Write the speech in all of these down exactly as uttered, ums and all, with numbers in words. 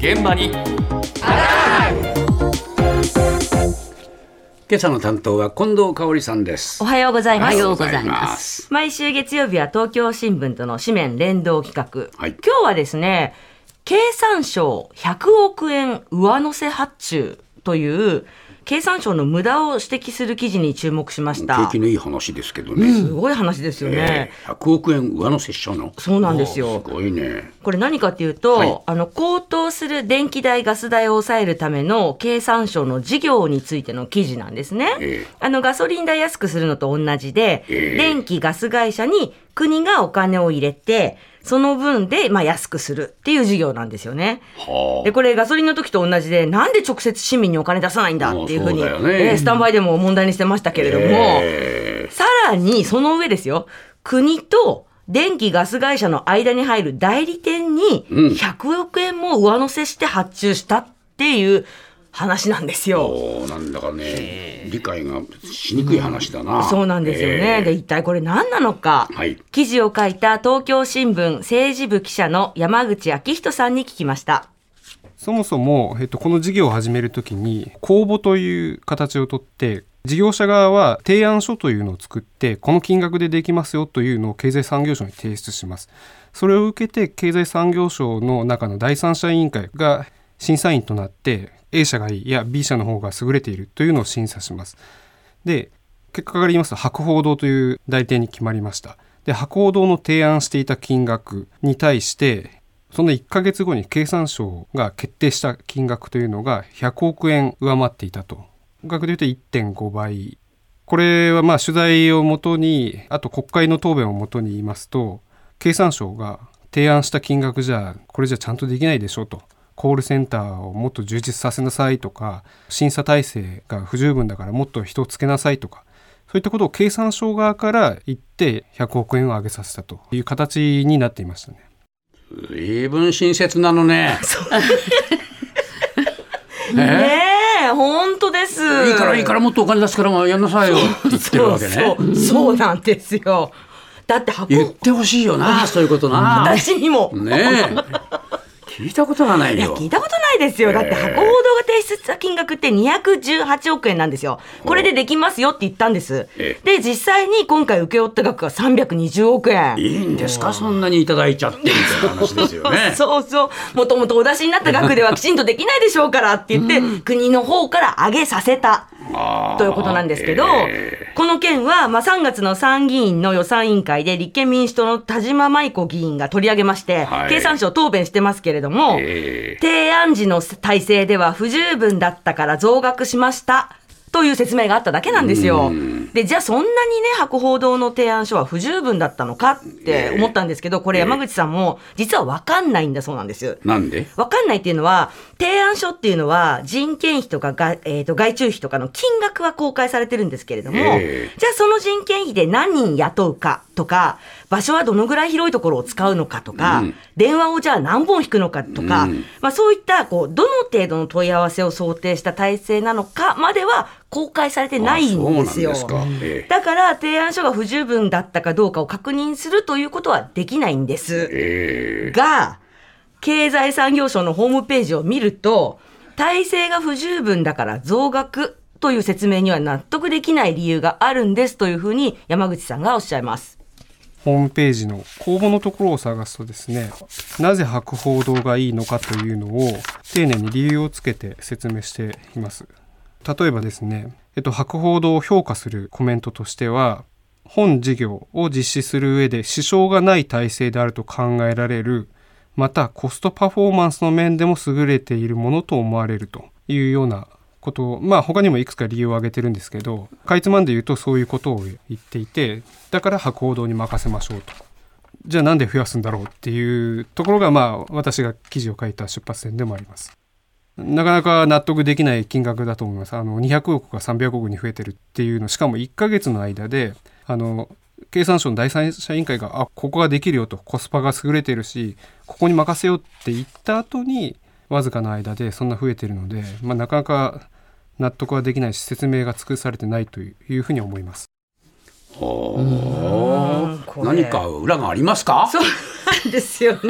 現場に今朝の担当は近藤香織さんです。 おはようございます。 おはようございます。 毎週月曜日は東京新聞との紙面連動企画、 はい、 今日はですね、経産省ひゃくおくえん上乗せ発注という経産省の無駄を指摘する記事に注目しました。 景気のいい話ですけどね、 うん、すごい話ですよね、 えー、ひゃくおくえん上乗せしたの。 そうなんですよ。 すごいね。 これ何かっていうと、はい、あの高騰する電気代ガス代を抑えるための経産省の事業についての記事なんですね、えー、あのガソリン代安くするのと同じで、えー、電気ガス会社に国がお金を入れてその分でまあ安くするっていう事業なんですよね。はあ、でこれガソリンの時と同じで、なんで直接市民にお金出さないんだっていうふうに、ねえー、スタンバイでも問題にしてましたけれども、えー、さらにその上ですよ、国と電気ガス会社の間に入る代理店にひゃくおくえんも上乗せして発注したっていう話なんですよ。 おなんだかね、理解がしにくい話だな、 うん、そうなんですよね、えー、で一体これ何なのか、はい、記事を書いた東京新聞政治部記者の山口昭人さんに聞きました。 そもそも、えっと、この事業を始めるときに公募という形をとって事業者側は提案書というのを作って、この金額でできますよというのを経済産業省に提出します。それを受けて経済産業省の中の第三者委員会が審査員となって A 社がいい、いや B 社の方が優れているというのを審査します。で、結果から言いますと博報堂という代理店に決まりました。で、博報堂の提案していた金額に対してそのいっかげつごに経産省が決定した金額というのがひゃくおくえん上回っていたと。額で言うと いってんごばい。これはまあ取材をもとに、あと国会の答弁をもとに言いますと、経産省が提案した金額じゃこれじゃちゃんとできないでしょと、コールセンターをもっと充実させなさいとか、審査体制が不十分だからもっと人をつけなさいとか、そういったことを経産省側から言ってひゃくおくえんを上げさせたという形になっていましたね。 随分親切なのね。 ねえ、本当です。 いいからいいからもっとお金出すからやんなさいよって言ってるわけね。 そうそう、そうなんですよ。だって箱言ってほしいよな、そういうことな。 私にもねえ聞いたことがないよ。 いや聞いたことないですよ。だって博報堂が提出した金額ってにひゃくじゅうはちおくえんなんですよ。これでできますよって言ったんです。で実際に今回請け負った額がさんびゃくにじゅうおくえん。 いいんですか、そんなにいただいちゃってみたいな話ですよね。 そうそう、もともとお出しになった額ではきちんとできないでしょうからって言って、うん、国の方から上げさせたということなんですけど、えー、この件は、まあ、さんがつの参議院の予算委員会で立憲民主党の田島舞子議員が取り上げまして、はい、経産省答弁してますけれども、えー、提案時の体制では不十分だったから増額しましたという説明があっただけなんですよ。で、じゃあそんなにね、博報堂の提案書は不十分だったのかって思ったんですけど、これ山口さんも実は分かんないんだそうなんです。 なんで？ 分かんないっていうのは、提案書っていうのは人件費とかが、えーと、外注費とかの金額は公開されてるんですけれども、じゃあその人件費で何人雇うかとか、場所はどのぐらい広いところを使うのかとか、うん、電話をじゃあ何本引くのかとか、うんまあ、そういったこうどの程度の問い合わせを想定した体制なのかまでは公開されてないんですよ。 あ、そうなんですか。ええ、 だから提案書が不十分だったかどうかを確認するということはできないんです、ええ、が経済産業省のホームページを見ると、体制が不十分だから増額という説明には納得できない理由があるんですというふうに山口さんがおっしゃいます。 ホームページの公募のところを探すとですね、なぜ博報堂がいいのかというのを丁寧に理由をつけて説明しています。例えばですね、えっと、博報堂を評価するコメントとしては、本事業を実施する上で支障がない体制であると考えられる、またコストパフォーマンスの面でも優れているものと思われるというようなことを、まあ他にもいくつか理由を挙げてるんですけど、かいつまんで言うとそういうことを言っていて、だから博報堂に任せましょうと。じゃあなんで増やすんだろうっていうところが、まあ私が記事を書いた出発点でもあります。なかなか納得できない金額だと思います。あのにひゃくおくがさんびゃくおくに増えてるっていうの、しかもいっかげつの間で、あの経産省の第三者委員会があここができるよと、コスパが優れてるしここに任せようって言った後にわずかな間でそんな増えてるので、まあ、なかなか納得はできないし説明が尽くされてないというふうに思います。 お何か裏がありますか？ そうなんですよね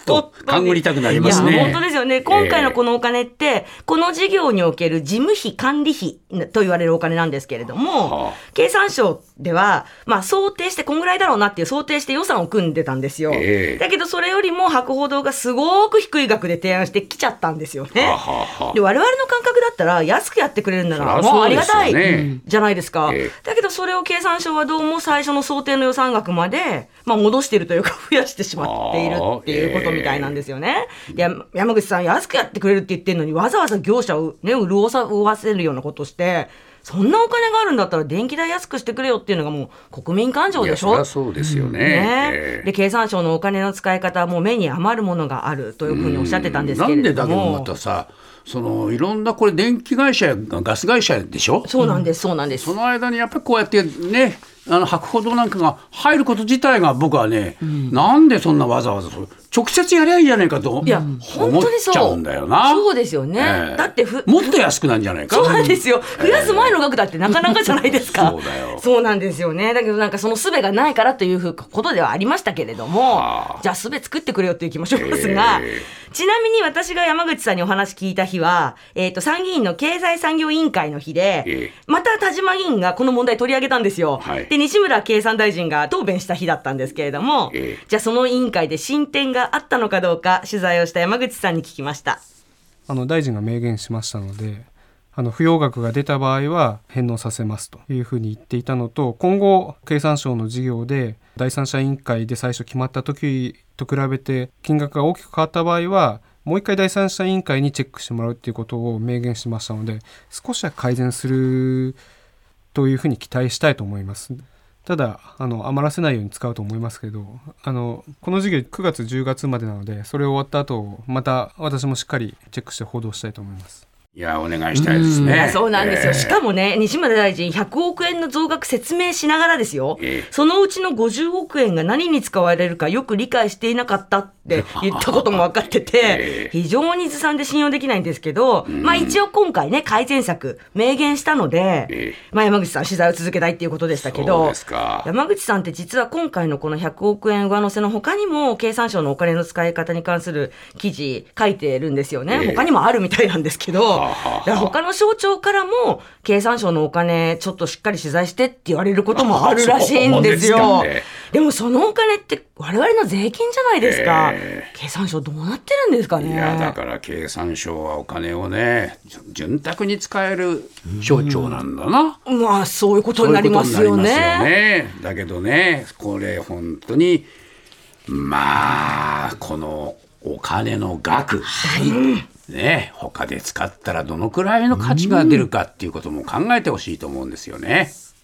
と勘ぐりたくなりますね。 いや本当ですよね。今回のこのお金って、えー、この事業における事務費管理費と言われるお金なんですけれども、はあ、経産省では、まあ、想定してこんぐらいだろうなっていう想定して予算を組んでたんですよ、えー、だけどそれよりも博報堂がすごく低い額で提案してきちゃったんですよね。はあはあ、で我々の感覚だったら安くやってくれるんだな、もうありがたい、ね、じゃないですか、えー、だけどそれを経産省はどうも最初の想定の予算額まで、まあ、戻しているというか増やしてしまっているっていうことみたいなんですよね。いや山口さん安くやってくれるって言ってるのにわざわざ業者を、ね、潤さわせるようなことしてそんなお金があるんだったら電気代安くしてくれよっていうのがもう国民感情でしょ。 いやそりゃそうですよね、ねえー、で経産省のお金の使い方はもう目に余るものがあるというふうにおっしゃってたんですけれども、 なんでだけどまたさそのいろんなこれ電気会社やガス会社でしょ。 そうなんですそうなんです。 その間にやっぱりこうやってねあの博報堂なんかが入ること自体が僕はね、うん、なんでそんなわざわざ直接やりゃいいんじゃないかと思っちゃうんだよな。 そうですよね、えー、だってふもっと安くなんじゃないか。 そうなんですよ。増やす前の額だってなかなかじゃないですか。 そうだよ。 そうなんですよね。だけどなんかその術がないからということではありましたけれども、じゃあ術作ってくれよっていう気もしますが、えー、ちなみに私が山口さんにお話聞いた日は、えーと、参議院の経済産業委員会の日で、えー、また田島議員がこの問題取り上げたんですよ、はい、で西村経産大臣が答弁した日だったんですけれども、えー、じゃあその委員会で進展があったのかどうか取材をした山口さんに聞きました。 あの大臣が明言しましたので、あの不要額が出た場合は返納させますというふうに言っていたのと、今後経産省の事業で第三者委員会で最初決まった時と比べて金額が大きく変わった場合はもう一回第三者委員会にチェックしてもらうということを明言しましたので、少しは改善するというふうに期待したいと思います。ただあの余らせないように使うと思いますけど、あのこの事業くがつじゅうがつまでなので、それ終わった後また私もしっかりチェックして報道したいと思います。 いやお願いしたいですね。 そうなんですよ、えー、しかもね西村大臣ひゃくおくえんの増額説明しながらですよ、えー、そのうちのごじゅうおくえんが何に使われるかよく理解していなかったって言ったことも分かってて、えー、非常にずさんで信用できないんですけど、うん、まあ一応今回ね改善策明言したので、えーまあ、山口さん取材を続けたいっていうことでしたけど、 そうですか。 山口さんって実は今回のこのひゃくおくえん上乗せの他にも経産省のお金の使い方に関する記事書いてるんですよね、えー、他にもあるみたいなんですけど、他の省庁からも経産省のお金ちょっとしっかり取材してって言われることもあるらしいんですよ。で, す、ね、でもそのお金って我々の税金じゃないですか、えー、経産省どうなってるんですかね。 いやだから経産省はお金をね潤沢に使える省庁なんだな。 まあそういうことになりますよ ね, ういうことになりますよね。だけどねこれ本当にまあこのお金の額、はいね、他で使ったらどのくらいの価値が出るかっていうことも考えてほしいと思うんですよね。